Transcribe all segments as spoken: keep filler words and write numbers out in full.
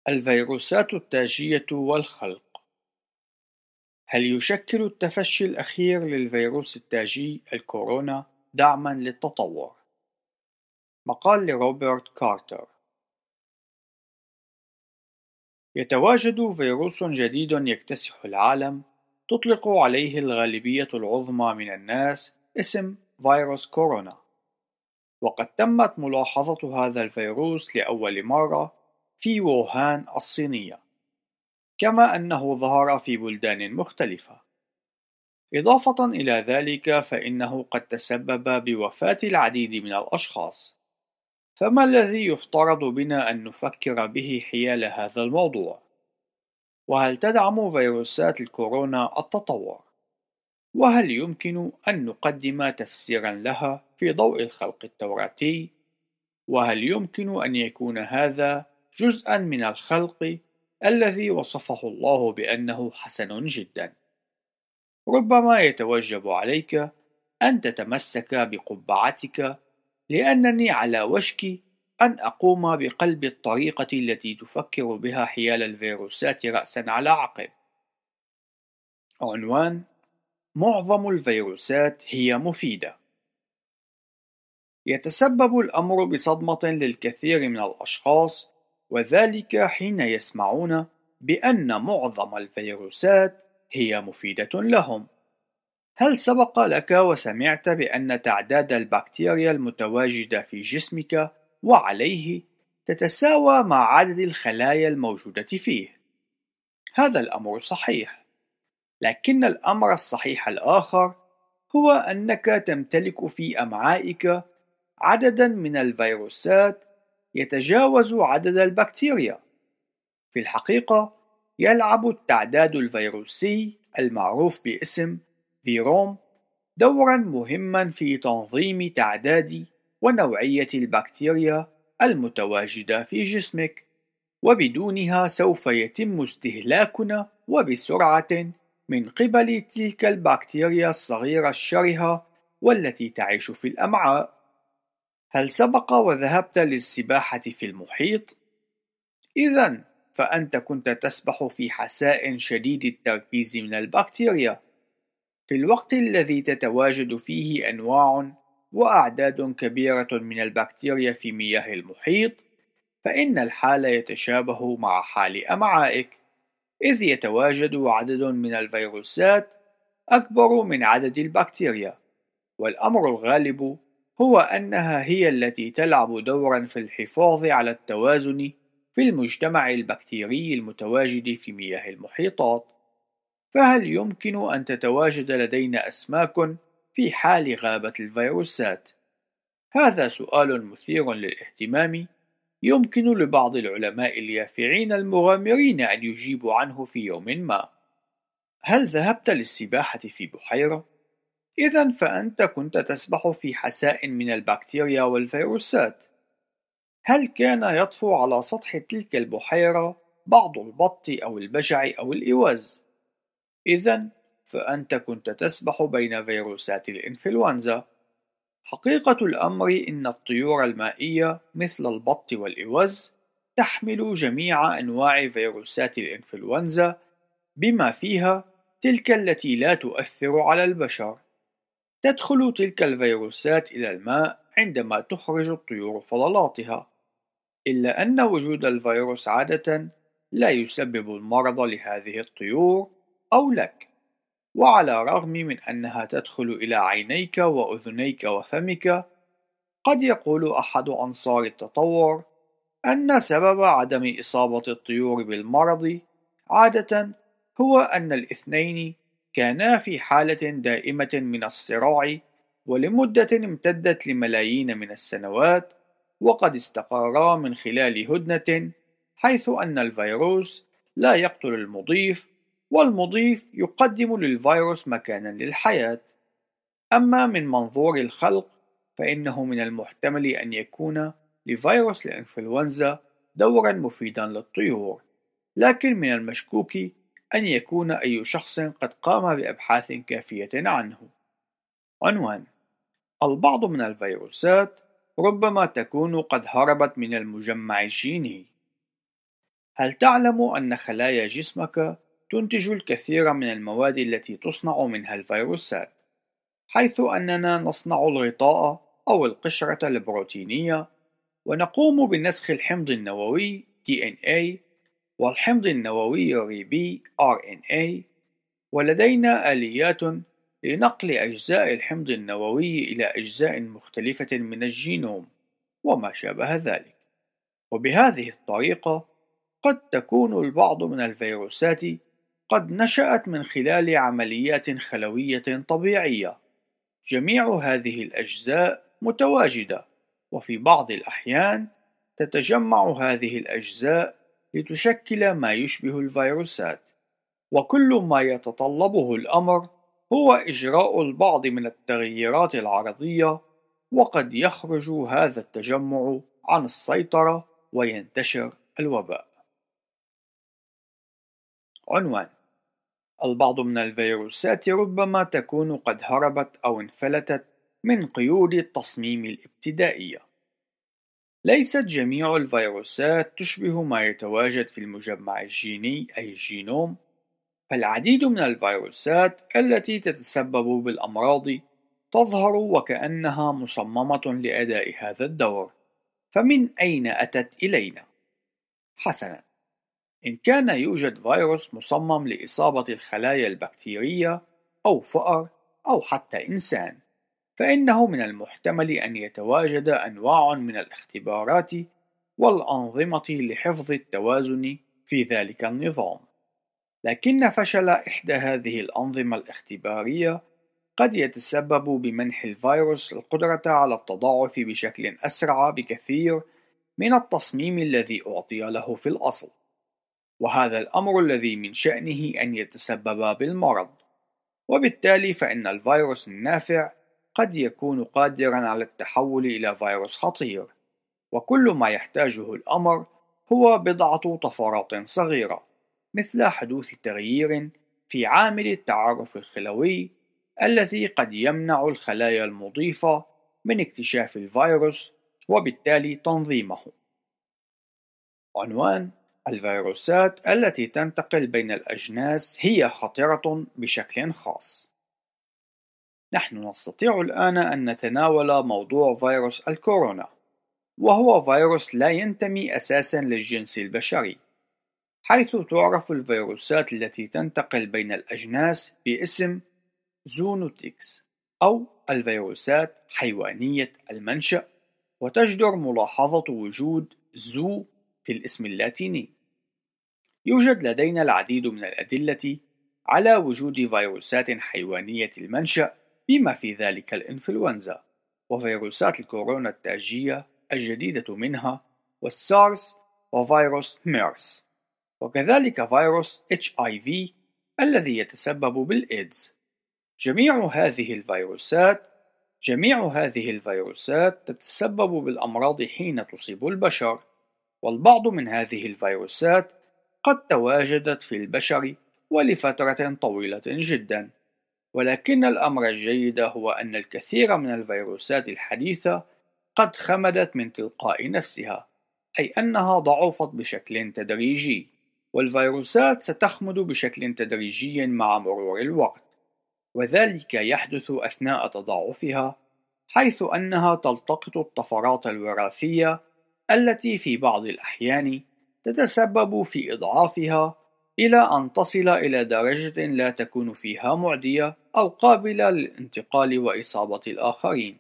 الفيروسات التاجية والخلق. هل يشكل التفشي الأخير للفيروس التاجي الكورونا دعماً للتطور؟ مقال لروبرت كارتر. يتواجد فيروس جديد يكتسح العالم، تطلق عليه الغالبية العظمى من الناس اسم فيروس كورونا، وقد تمت ملاحظة هذا الفيروس لأول مرة في ووهان الصينية، كما أنه ظهر في بلدان مختلفة. إضافة إلى ذلك، فإنه قد تسبب بوفاة العديد من الأشخاص. فما الذي يفترض بنا أن نفكر به حيال هذا الموضوع؟ وهل تدعم فيروسات الكورونا التطور؟ وهل يمكن أن نقدم تفسيرا لها في ضوء الخلق التوراتي؟ وهل يمكن أن يكون هذا جزءا من الخلق الذي وصفه الله بأنه حسن جدا؟ ربما يتوجب عليك أن تتمسك بقبعتك، لأنني على وشك أن أقوم بقلب الطريقة التي تفكر بها حيال الفيروسات رأسا على عقب. عنوان: معظم الفيروسات هي مفيدة. يتسبب الأمر بصدمة للكثير من الأشخاص، وذلك حين يسمعون بأن معظم الفيروسات هي مفيدة لهم. هل سبق لك وسمعت بأن تعداد البكتيريا المتواجدة في جسمك وعليه تتساوى مع عدد الخلايا الموجودة فيه؟ هذا الأمر صحيح، لكن الأمر الصحيح الآخر هو أنك تمتلك في أمعائك عددا من الفيروسات يتجاوز عدد البكتيريا. في الحقيقة، يلعب التعداد الفيروسي المعروف باسم فيروم دورا مهما في تنظيم تعداد ونوعية البكتيريا المتواجدة في جسمك، وبدونها سوف يتم استهلاكنا وبسرعة من قبل تلك البكتيريا الصغيرة الشرهة والتي تعيش في الأمعاء. هل سبق وذهبت للسباحة في المحيط؟ إذن فأنت كنت تسبح في حساء شديد التركيز من البكتيريا. في الوقت الذي تتواجد فيه أنواع وأعداد كبيرة من البكتيريا في مياه المحيط، فإن الحال يتشابه مع حال أمعائك، إذ يتواجد عدد من الفيروسات أكبر من عدد البكتيريا، والأمر الغالب هو أنها هي التي تلعب دورا في الحفاظ على التوازن في المجتمع البكتيري المتواجد في مياه المحيطات. فهل يمكن أن تتواجد لدينا أسماك في حال غابة الفيروسات؟ هذا سؤال مثير للاهتمام، يمكن لبعض العلماء اليافعين المغامرين أن يجيبوا عنه في يوم ما. هل ذهبت للسباحة في بحيرة؟ إذن فأنت كنت تسبح في حساء من البكتيريا والفيروسات. هل كان يطفو على سطح تلك البحيرة بعض البط أو البجع أو الإوز؟ إذن فأنت كنت تسبح بين فيروسات الإنفلونزا. حقيقة الأمر إن الطيور المائية مثل البط والإوز تحمل جميع أنواع فيروسات الإنفلونزا، بما فيها تلك التي لا تؤثر على البشر. تدخل تلك الفيروسات إلى الماء عندما تخرج الطيور فضلاتها، إلا أن وجود الفيروس عادة لا يسبب المرض لهذه الطيور أو لك. وعلى الرغم من أنها تدخل إلى عينيك وأذنيك وفمك، قد يقول أحد أنصار التطور أن سبب عدم إصابة الطيور بالمرض عادة هو أن الاثنين كانا في حالة دائمة من الصراع ولمدة امتدت لملايين من السنوات، وقد استقرا من خلال هدنة، حيث أن الفيروس لا يقتل المضيف والمضيف يقدم للفيروس مكانا للحياة. أما من منظور الخلق، فإنه من المحتمل أن يكون لفيروس الإنفلونزا دورا مفيدا للطيور، لكن من المشكوك أن يكون أي شخص قد قام بأبحاث كافية عنه. عنوان: البعض من الفيروسات ربما تكون قد هربت من المجمع الجيني. هل تعلم أن خلايا جسمك تنتج الكثير من المواد التي تصنع منها الفيروسات، حيث أننا نصنع الغطاء أو القشرة البروتينية، ونقوم بنسخ الحمض النووي دي إن إيه والحمض النووي الريبي آر إن إيه، ولدينا آليات لنقل أجزاء الحمض النووي إلى أجزاء مختلفة من الجينوم وما شابه ذلك. وبهذه الطريقة قد تكون البعض من الفيروسات قد نشأت من خلال عمليات خلوية طبيعية، جميع هذه الأجزاء متواجدة، وفي بعض الأحيان تتجمع هذه الأجزاء لتشكل ما يشبه الفيروسات، وكل ما يتطلبه الأمر هو إجراء البعض من التغييرات العرضية، وقد يخرج هذا التجمع عن السيطرة وينتشر الوباء. عنوان: البعض من الفيروسات ربما تكون قد هربت أو انفلتت من قيود التصميم الابتدائية. ليست جميع الفيروسات تشبه ما يتواجد في المجمع الجيني أي الجينوم، فالعديد من الفيروسات التي تتسبب بالأمراض تظهر وكأنها مصممة لأداء هذا الدور. فمن أين أتت إلينا؟ حسناً، إن كان يوجد فيروس مصمم لإصابة الخلايا البكتيرية أو فأر أو حتى إنسان، فإنه من المحتمل أن يتواجد أنواع من الاختبارات والأنظمة لحفظ التوازن في ذلك النظام، لكن فشل إحدى هذه الأنظمة الاختبارية قد يتسبب بمنح الفيروس القدرة على التضاعف بشكل أسرع بكثير من التصميم الذي أعطي له في الأصل، وهذا الأمر الذي من شأنه أن يتسبب بالمرض. وبالتالي فإن الفيروس النافع قد يكون قادرا على التحول إلى فيروس خطير، وكل ما يحتاجه الأمر هو بضعة طفرات صغيرة، مثل حدوث تغيير في عامل التعرف الخلوي الذي قد يمنع الخلايا المضيفة من اكتشاف الفيروس وبالتالي تنظيمه. عنوان: الفيروسات التي تنتقل بين الأجناس هي خطرة بشكل خاص. نحن نستطيع الآن أن نتناول موضوع فيروس الكورونا، وهو فيروس لا ينتمي أساسا للجنس البشري، حيث تعرف الفيروسات التي تنتقل بين الأجناس باسم زونوتيكس أو الفيروسات حيوانية المنشأ، وتجدر ملاحظة وجود زو في الاسم اللاتيني. يوجد لدينا العديد من الأدلة على وجود فيروسات حيوانية المنشأ، بما في ذلك الإنفلونزا وفيروسات الكورونا التاجية الجديدة منها والسارس وفيروس ميرس، وكذلك فيروس إتش آي في الذي يتسبب بالإيدز. جميع هذه الفيروسات جميع هذه الفيروسات تتسبب بالأمراض حين تصيب البشر، والبعض من هذه الفيروسات قد تواجدت في البشر ولفترة طويلة جدا، ولكن الأمر الجيد هو أن الكثير من الفيروسات الحديثة قد خمدت من تلقاء نفسها، أي أنها ضعفت بشكل تدريجي، والفيروسات ستخمد بشكل تدريجي مع مرور الوقت، وذلك يحدث أثناء تضاعفها، حيث أنها تلتقط الطفرات الوراثية التي في بعض الأحيان تتسبب في إضعافها إلى أن تصل إلى درجة لا تكون فيها معدية أو قابلة للانتقال وإصابة الآخرين.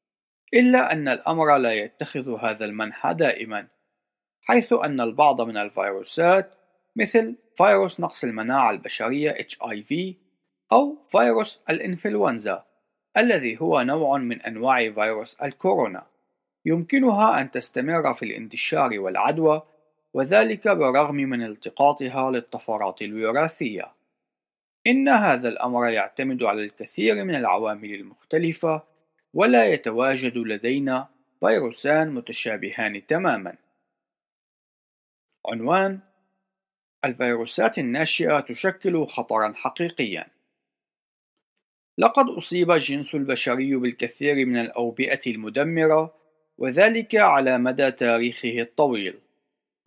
إلا أن الأمر لا يتخذ هذا المنحى دائما، حيث أن البعض من الفيروسات مثل فيروس نقص المناعة البشرية إتش آي في أو فيروس الإنفلونزا الذي هو نوع من أنواع فيروس الكورونا يمكنها أن تستمر في الانتشار والعدوى، وذلك بالرغم من التقاطها للطفرات الوراثية. إن هذا الأمر يعتمد على الكثير من العوامل المختلفة، ولا يتواجد لدينا فيروسان متشابهان تماما. عنوان: الفيروسات الناشئة تشكل خطرا حقيقيا. لقد أصيب الجنس البشري بالكثير من الأوبئة المدمرة، وذلك على مدى تاريخه الطويل.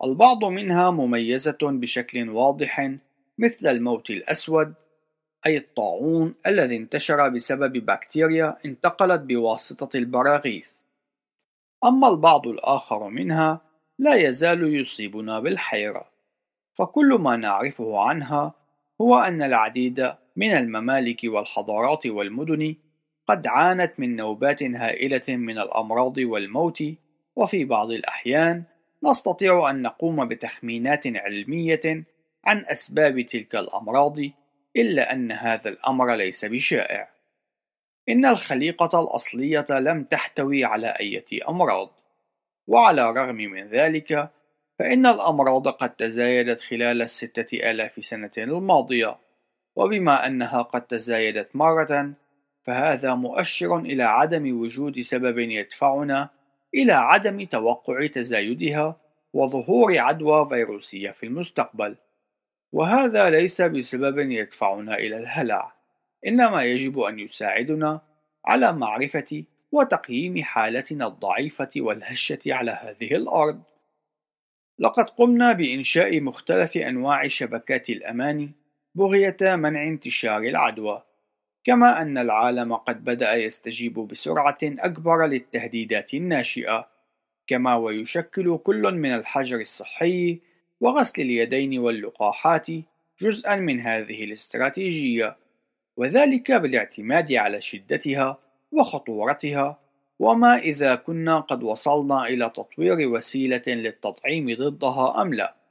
البعض منها مميزة بشكل واضح، مثل الموت الأسود، أي الطاعون الذي انتشر بسبب بكتيريا انتقلت بواسطة البراغيث. أما البعض الآخر منها لا يزال يصيبنا بالحيرة، فكل ما نعرفه عنها هو أن العديد من الممالك والحضارات والمدن قد عانت من نوبات هائلة من الأمراض والموت، وفي بعض الأحيان نستطيع أن نقوم بتخمينات علمية عن أسباب تلك الأمراض، إلا أن هذا الأمر ليس بشائع. إن الخليقة الأصلية لم تحتوي على أي أمراض، وعلى الرغم من ذلك فإن الأمراض قد تزايدت خلال الستة آلاف سنة الماضية، وبما أنها قد تزايدت مرة فهذا مؤشر إلى عدم وجود سبب يدفعنا إلى عدم توقع تزايدها وظهور عدوى فيروسية في المستقبل. وهذا ليس بسبب يدفعنا إلى الهلع، إنما يجب أن يساعدنا على معرفة وتقييم حالتنا الضعيفة والهشة على هذه الأرض. لقد قمنا بإنشاء مختلف أنواع شبكات الأمان بغية منع انتشار العدوى، كما أن العالم قد بدأ يستجيب بسرعة أكبر للتهديدات الناشئة، كما ويشكل كل من الحجر الصحي وغسل اليدين واللقاحات جزءا من هذه الاستراتيجية، وذلك بالاعتماد على شدتها وخطورتها، وما إذا كنا قد وصلنا إلى تطوير وسيلة للتطعيم ضدها أم لا.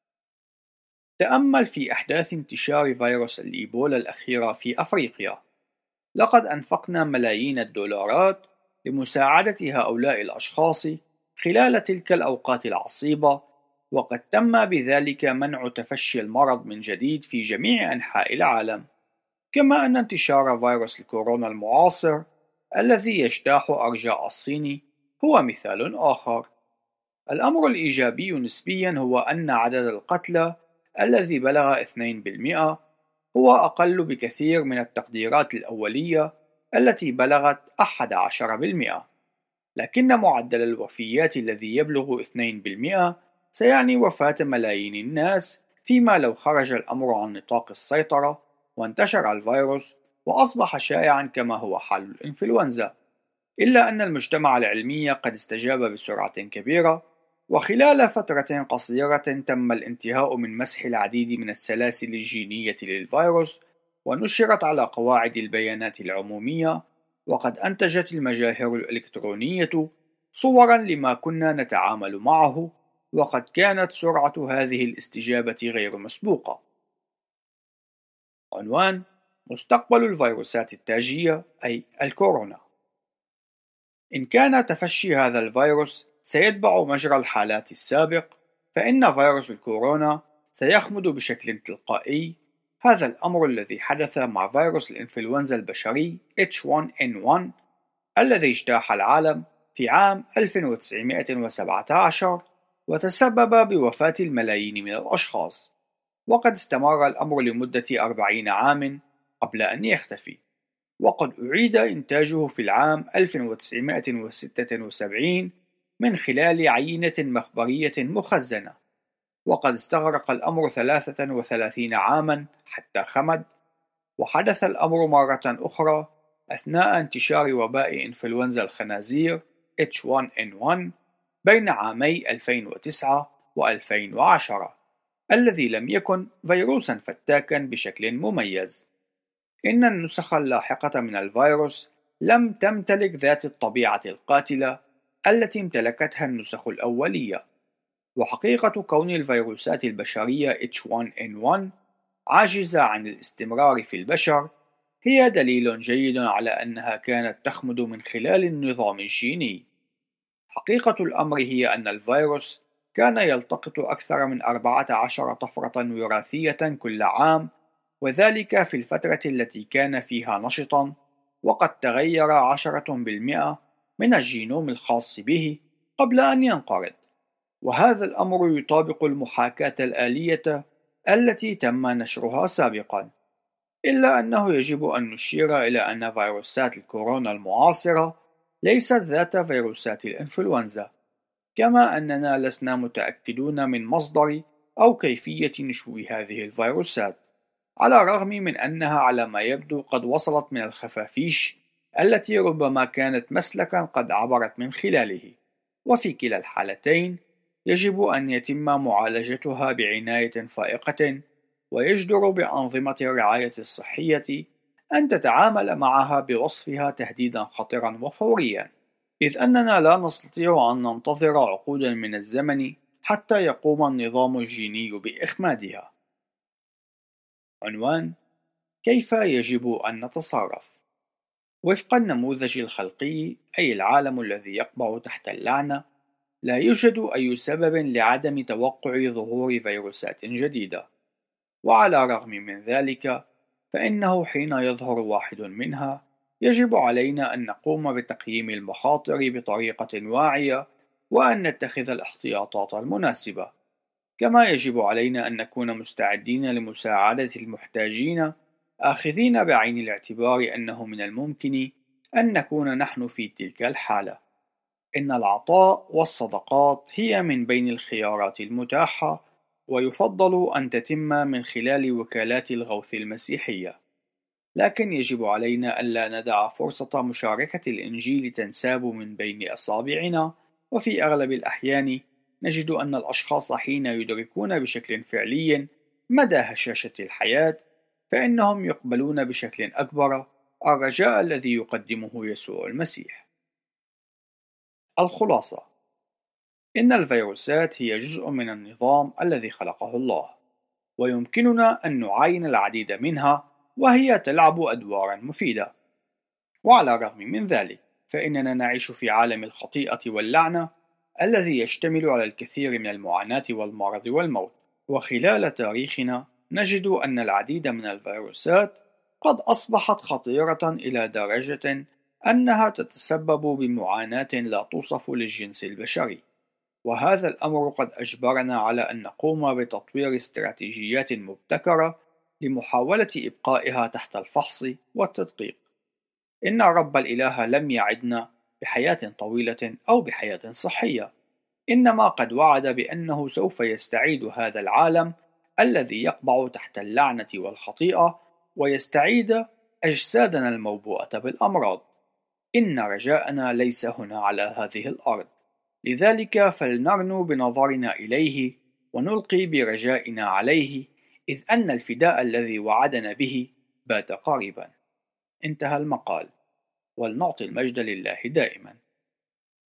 تأمل في أحداث انتشار فيروس الإيبولا الأخيرة في أفريقيا. لقد أنفقنا ملايين الدولارات لمساعدة هؤلاء الأشخاص خلال تلك الأوقات العصيبة، وقد تم بذلك منع تفشي المرض من جديد في جميع أنحاء العالم. كما أن انتشار فيروس الكورونا المعاصر الذي يجتاح أرجاء الصين هو مثال آخر. الأمر الإيجابي نسبيا هو أن عدد القتلى الذي بلغ اثنين بالمئة هو أقل بكثير من التقديرات الأولية التي بلغت أحد عشر بالمئة، لكن معدل الوفيات الذي يبلغ اثنين بالمئة سيعني وفاة ملايين الناس، فيما لو خرج الأمر عن نطاق السيطرة وانتشر الفيروس وأصبح شائعا كما هو حال الإنفلونزا. إلا أن المجتمع العلمي قد استجاب بسرعة كبيرة، وخلال فترة قصيرة تم الانتهاء من مسح العديد من السلاسل الجينية للفيروس، ونشرت على قواعد البيانات العمومية، وقد أنتجت المجاهر الإلكترونية صورا لما كنا نتعامل معه، وقد كانت سرعة هذه الاستجابة غير مسبوقة. عنوان: مستقبل الفيروسات التاجية أي الكورونا. إن كان تفشي هذا الفيروس سيتبع مجرى الحالات السابق، فإن فيروس الكورونا سيخمد بشكل تلقائي. هذا الأمر الذي حدث مع فيروس الإنفلونزا البشري إتش واحد إن واحد الذي اجتاح العالم في عام ألف وتسعمائة وسبعة عشر وتسبب بوفاة الملايين من الأشخاص، وقد استمر الأمر لمدة أربعين عاما قبل أن يختفي، وقد أعيد إنتاجه في العام ألف وتسعمائة وستة وسبعين من خلال عينة مخبرية مخزنة، وقد استغرق الأمر ثلاثة وثلاثين عاما حتى خمد. وحدث الأمر مرة أخرى أثناء انتشار وباء إنفلونزا الخنازير إتش واحد إن واحد بين عامي ألفين وتسعة وألفين وعشرة، الذي لم يكن فيروسا فتاكا بشكل مميز. إن النسخ اللاحقة من الفيروس لم تمتلك ذات الطبيعة القاتلة التي امتلكتها النسخ الأولية، وحقيقة كون الفيروسات البشرية إتش واحد إن واحد عاجزة عن الاستمرار في البشر هي دليل جيد على أنها كانت تخمد من خلال النظام الجيني. حقيقة الأمر هي أن الفيروس كان يلتقط أكثر من أربعة عشر طفرة وراثية كل عام، وذلك في الفترة التي كان فيها نشطا، وقد تغير عشرة بالمئة من الجينوم الخاص به قبل أن ينقرض. وهذا الأمر يطابق المحاكاة الآلية التي تم نشرها سابقا، إلا أنه يجب أن نشير إلى أن فيروسات الكورونا المعاصرة ليست ذات فيروسات الإنفلونزا، كما أننا لسنا متأكدون من مصدر أو كيفية نشوء هذه الفيروسات، على الرغم من أنها على ما يبدو قد وصلت من الخفافيش التي ربما كانت مسلكا قد عبرت من خلاله. وفي كلا الحالتين يجب أن يتم معالجتها بعناية فائقة، ويجدر بأنظمة الرعاية الصحية أن تتعامل معها بوصفها تهديدا خطرا وفوريا، إذ أننا لا نستطيع أن ننتظر عقودا من الزمن حتى يقوم النظام الجيني بإخمادها. عنوان: كيف يجب أن نتصرف؟ وفق النموذج الخلقي، أي العالم الذي يقبع تحت اللعنة، لا يوجد أي سبب لعدم توقع ظهور فيروسات جديدة، وعلى الرغم من ذلك فإنه حين يظهر واحد منها يجب علينا أن نقوم بتقييم المخاطر بطريقة واعية وأن نتخذ الاحتياطات المناسبة، كما يجب علينا أن نكون مستعدين لمساعدة المحتاجين، آخذين بعين الاعتبار أنه من الممكن أن نكون نحن في تلك الحالة. إن العطاء والصدقات هي من بين الخيارات المتاحة، ويفضل أن تتم من خلال وكالات الغوث المسيحية، لكن يجب علينا ألا ندع فرصة مشاركة الإنجيل تنساب من بين أصابعنا. وفي أغلب الأحيان نجد أن الأشخاص حين يدركون بشكل فعلي مدى هشاشة الحياة فإنهم يقبلون بشكل أكبر الرجاء الذي يقدمه يسوع المسيح. الخلاصة: إن الفيروسات هي جزء من النظام الذي خلقه الله، ويمكننا أن نعاين العديد منها وهي تلعب أدوارا مفيدة. وعلى الرغم من ذلك فإننا نعيش في عالم الخطيئة واللعنة الذي يشتمل على الكثير من المعاناة والمرض والموت. وخلال تاريخنا نجد أن العديد من الفيروسات قد أصبحت خطيرة إلى درجة أنها تتسبب بمعاناة لا توصف للجنس البشري، وهذا الأمر قد أجبرنا على أن نقوم بتطوير استراتيجيات مبتكرة لمحاولة إبقائها تحت الفحص والتدقيق. إن الرب الإله لم يعدنا بحياة طويلة أو بحياة صحية، إنما قد وعد بأنه سوف يستعيد هذا العالم الذي يقبع تحت اللعنة والخطيئة، ويستعيد أجسادنا الموبوءة بالأمراض. إن رجاءنا ليس هنا على هذه الأرض، لذلك فلنرنو بنظرنا إليه ونلقي برجائنا عليه، إذ أن الفداء الذي وعدنا به بات قريبا. انتهى المقال، ولنعطي المجد لله دائما.